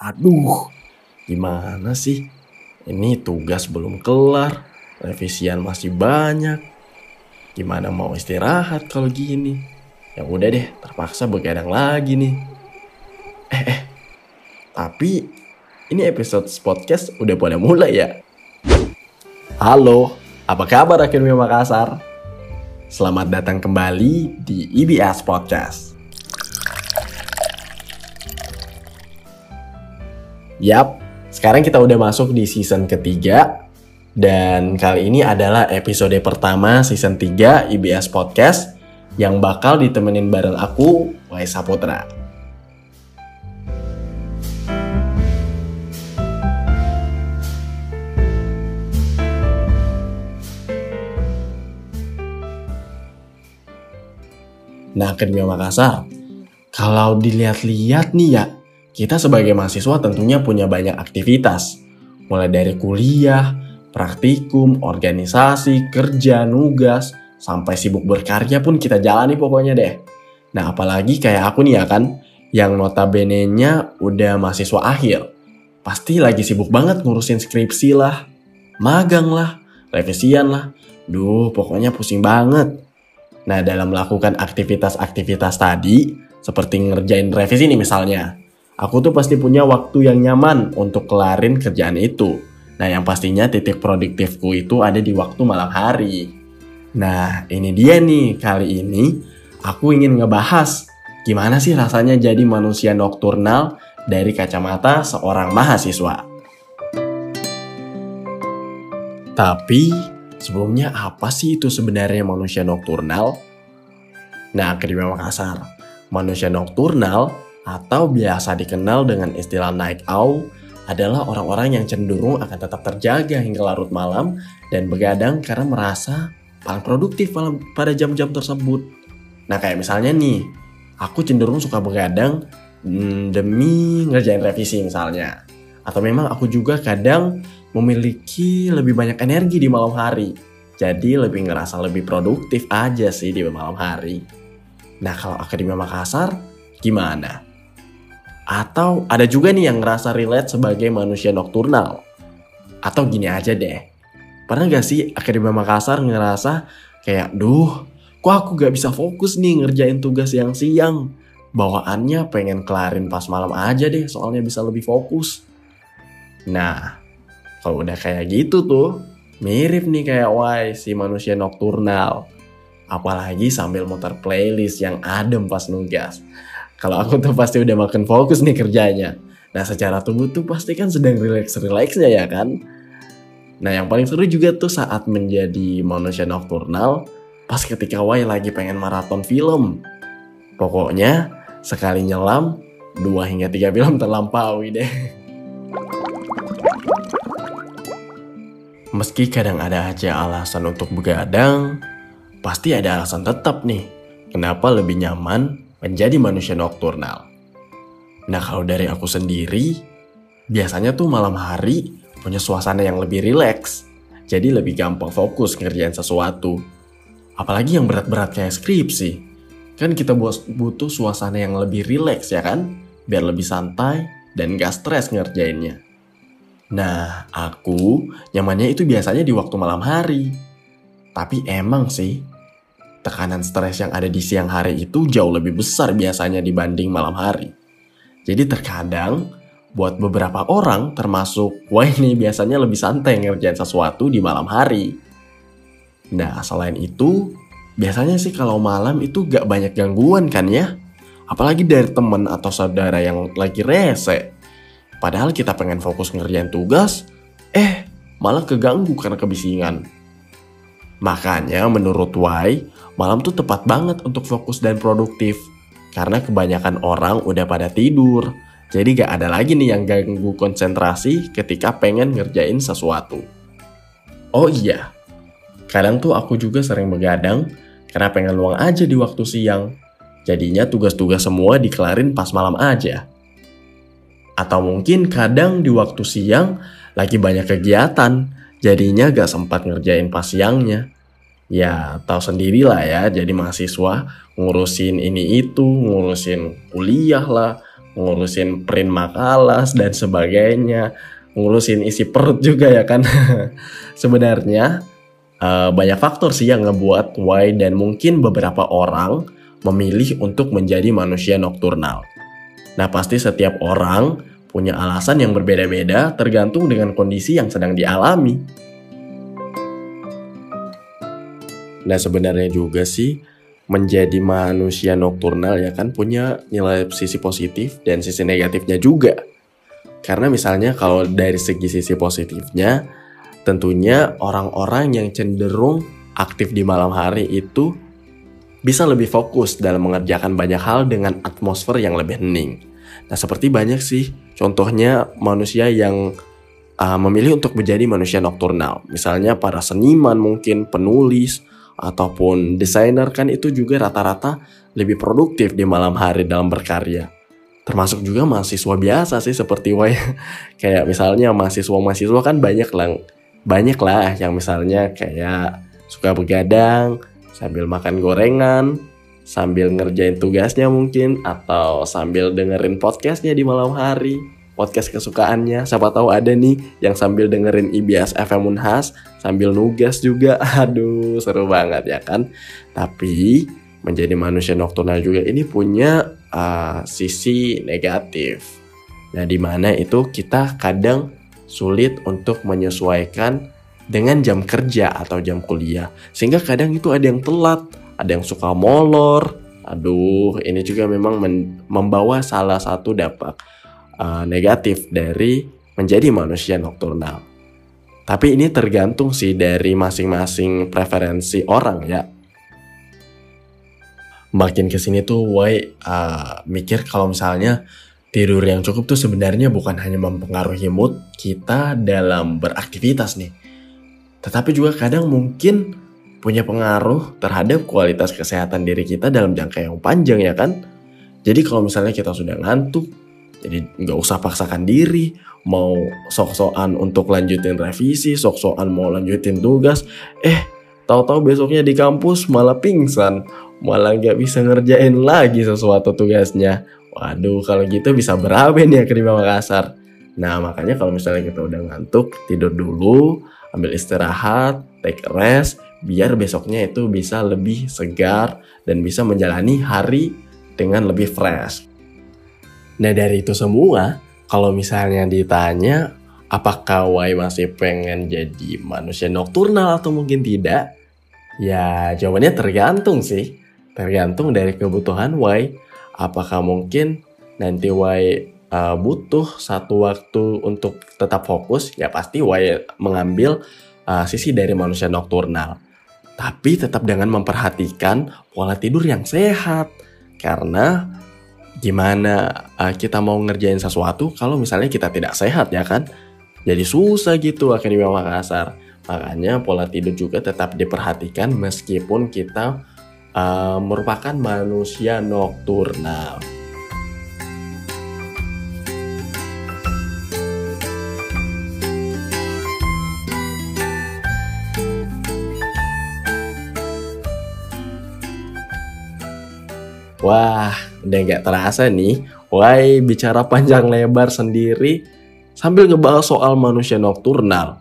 Aduh, gimana sih? Ini tugas belum kelar, revisian masih banyak. Gimana mau istirahat kalau gini? Ya udah deh, terpaksa begadang lagi nih. Tapi ini episode podcast udah pada mulai ya? Halo, apa kabar Akademi Makassar? Selamat datang kembali di IBS Podcast. Yap, sekarang kita udah masuk di season ketiga. Dan kali ini adalah episode pertama season 3 IBS Podcast yang bakal ditemenin bareng aku, Wai Saputra. Nah, Akademi Makassar, kalau dilihat-lihat nih ya, kita sebagai mahasiswa tentunya punya banyak aktivitas. Mulai dari kuliah, praktikum, organisasi, kerja, nugas, sampai sibuk berkarya pun kita jalani pokoknya deh. Nah, apalagi kayak aku nih ya kan, yang notabene-nya udah mahasiswa akhir. Pasti lagi sibuk banget ngurusin skripsi lah, magang lah, revisian lah. Duh, pokoknya pusing banget. Nah, dalam melakukan aktivitas-aktivitas tadi, seperti ngerjain revisi nih misalnya, aku tuh pasti punya waktu yang nyaman untuk kelarin kerjaan itu. Nah, yang pastinya titik produktifku itu ada di waktu malam hari. Nah, ini dia nih, kali ini aku ingin ngebahas gimana sih rasanya jadi manusia nokturnal dari kacamata seorang mahasiswa. Tapi, sebelumnya apa sih itu sebenarnya manusia nokturnal? Nah, Akademi Makassar, manusia nokturnal atau biasa dikenal dengan istilah night owl adalah orang-orang yang cenderung akan tetap terjaga hingga larut malam dan begadang karena merasa paling produktif pada jam-jam tersebut. Nah, kayak misalnya nih, aku cenderung suka begadang demi ngerjain revisi misalnya. Atau memang aku juga kadang memiliki lebih banyak energi di malam hari. Jadi lebih ngerasa lebih produktif aja sih di malam hari. Nah, kalau Akademi Makassar gimana? Atau ada juga nih yang ngerasa relate sebagai manusia nokturnal? Atau gini aja deh, pernah gak sih Akademi Makassar ngerasa kayak, kok aku gak bisa fokus nih ngerjain tugas yang siang? Bawaannya pengen kelarin pas malam aja deh, soalnya bisa lebih fokus. Nah, kalau udah kayak gitu tuh, mirip nih kayak Wai, si manusia nokturnal. Apalagi sambil muter playlist yang adem pas nugas. Kalau aku tuh pasti udah makin fokus nih kerjanya. Nah, secara tubuh tuh pasti kan sedang relax-relaxnya ya kan? Nah, yang paling seru juga tuh saat menjadi manusia nokturnal, pas ketika Wai lagi pengen maraton film. Pokoknya, sekali nyelam, 2 hingga 3 film terlampaui deh. Meski kadang ada aja alasan untuk begadang, pasti ada alasan tetap nih, kenapa lebih nyaman menjadi manusia nokturnal. Nah, kalau dari aku sendiri, biasanya tuh malam hari punya suasana yang lebih rileks, jadi lebih gampang fokus ngerjain sesuatu. Apalagi yang berat-berat kayak skripsi, kan kita butuh suasana yang lebih rileks ya kan, biar lebih santai dan gak stres ngerjainnya. Nah, aku nyamannya itu biasanya di waktu malam hari. Tapi emang sih, tekanan stres yang ada di siang hari itu jauh lebih besar biasanya dibanding malam hari. Jadi terkadang, buat beberapa orang termasuk Wah ini biasanya lebih santai ngerjain sesuatu di malam hari. Nah, selain itu, biasanya sih kalau malam itu gak banyak gangguan kan ya? Apalagi dari temen atau saudara yang lagi rese. Padahal kita pengen fokus ngerjain tugas, malah keganggu karena kebisingan. Makanya menurut Wai, malam tuh tepat banget untuk fokus dan produktif. Karena kebanyakan orang udah pada tidur. Jadi gak ada lagi nih yang ganggu konsentrasi ketika pengen ngerjain sesuatu. Oh iya, kadang tuh aku juga sering begadang karena pengen luang aja di waktu siang. Jadinya tugas-tugas semua dikelarin pas malam aja. Atau mungkin kadang di waktu siang lagi banyak kegiatan, jadinya gak sempat ngerjain pas siangnya. Ya, tahu sendirilah ya, jadi mahasiswa ngurusin ini itu, ngurusin kuliah lah, ngurusin print makalah dan sebagainya, ngurusin isi perut juga ya kan. Sebenarnya banyak faktor sih yang ngebuat why dan mungkin beberapa orang memilih untuk menjadi manusia nokturnal. Nah, pasti setiap orang punya alasan yang berbeda-beda tergantung dengan kondisi yang sedang dialami. Nah, sebenarnya juga sih menjadi manusia nokturnal ya kan punya nilai sisi positif dan sisi negatifnya juga. Karena misalnya kalau dari sisi positifnya, tentunya orang-orang yang cenderung aktif di malam hari itu bisa lebih fokus dalam mengerjakan banyak hal dengan atmosfer yang lebih hening. Nah, seperti banyak sih contohnya manusia yang memilih untuk menjadi manusia nokturnal. Misalnya para seniman mungkin, penulis, ataupun desainer kan itu juga rata-rata lebih produktif di malam hari dalam berkarya. Termasuk juga mahasiswa biasa sih seperti kayak misalnya mahasiswa kan banyak lah yang misalnya kayak suka begadang sambil makan gorengan, sambil ngerjain tugasnya mungkin, atau sambil dengerin podcastnya di malam hari, podcast kesukaannya. Siapa tahu ada nih yang sambil dengerin IBS FM Unhas sambil nugas juga. Aduh, seru banget ya kan. Tapi menjadi manusia nokturnal juga ini punya sisi negatif. Nah, di mana itu kita kadang sulit untuk menyesuaikan dengan jam kerja atau jam kuliah. Sehingga kadang itu ada yang telat, ada yang suka molor. Aduh, ini juga memang membawa salah satu dampak negatif dari menjadi manusia nokturnal. Tapi ini tergantung sih dari masing-masing preferensi orang ya. Makin kesini tuh mikir kalau misalnya tidur yang cukup tuh sebenarnya bukan hanya mempengaruhi mood kita dalam beraktivitas nih, tetapi juga kadang mungkin punya pengaruh terhadap kualitas kesehatan diri kita dalam jangka yang panjang ya kan. Jadi kalau misalnya kita sudah ngantuk, jadi nggak usah paksakan diri, mau sok-sokan untuk lanjutin revisi, sok-sokan mau lanjutin tugas, tahu-tahu besoknya di kampus malah pingsan, malah nggak bisa ngerjain lagi sesuatu tugasnya. Waduh, kalau gitu bisa berabe nih Akademi Makassar. Nah, makanya kalau misalnya kita udah ngantuk, tidur dulu, ambil istirahat, take rest, biar besoknya itu bisa lebih segar dan bisa menjalani hari dengan lebih fresh. Nah, dari itu semua, kalau misalnya ditanya apakah Wai masih pengen jadi manusia nokturnal atau mungkin tidak, ya jawabannya tergantung sih. Tergantung dari kebutuhan Wai. Apakah mungkin nanti Wai butuh satu waktu untuk tetap fokus, ya pasti Wai mengambil sisi dari manusia nokturnal. Tapi tetap dengan memperhatikan pola tidur yang sehat. Karena gimana kita mau ngerjain sesuatu kalau misalnya kita tidak sehat ya kan? Jadi susah gitu Akademi Makassar. Makanya pola tidur juga tetap diperhatikan meskipun kita merupakan manusia nokturnal. Wah, udah gak terasa nih, Wai bicara panjang lebar sendiri sambil ngebahas soal manusia nokturnal.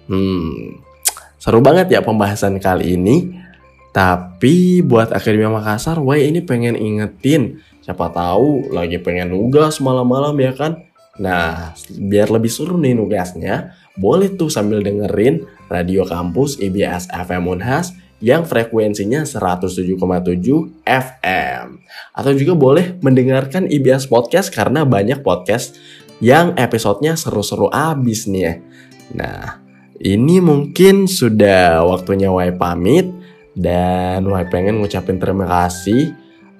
Seru banget ya pembahasan kali ini. Tapi buat Akademi Makassar, Wai ini pengen ingetin, siapa tahu lagi pengen nugas malam-malam ya kan. Nah, biar lebih seru nih nugasnya, boleh tuh sambil dengerin Radio Kampus IBS FM Unhas yang frekuensinya 107,7 FM. Atau juga boleh mendengarkan IBS Podcast karena banyak podcast yang episodenya seru-seru abis nih ya. Nah, ini mungkin sudah waktunya Wai pamit. Dan Wai pengen ngucapin terima kasih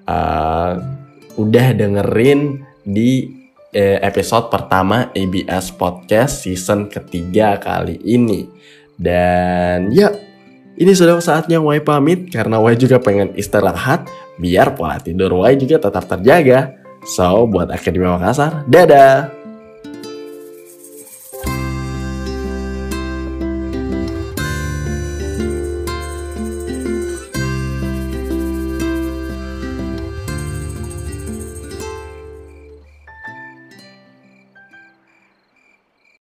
udah dengerin di episode pertama IBS Podcast season ketiga kali ini. Dan ya, ini sudah saatnya Wai pamit karena Wai juga pengen istirahat biar pola tidur Wai juga tetap terjaga. So, buat Akademi Makassar, dadah!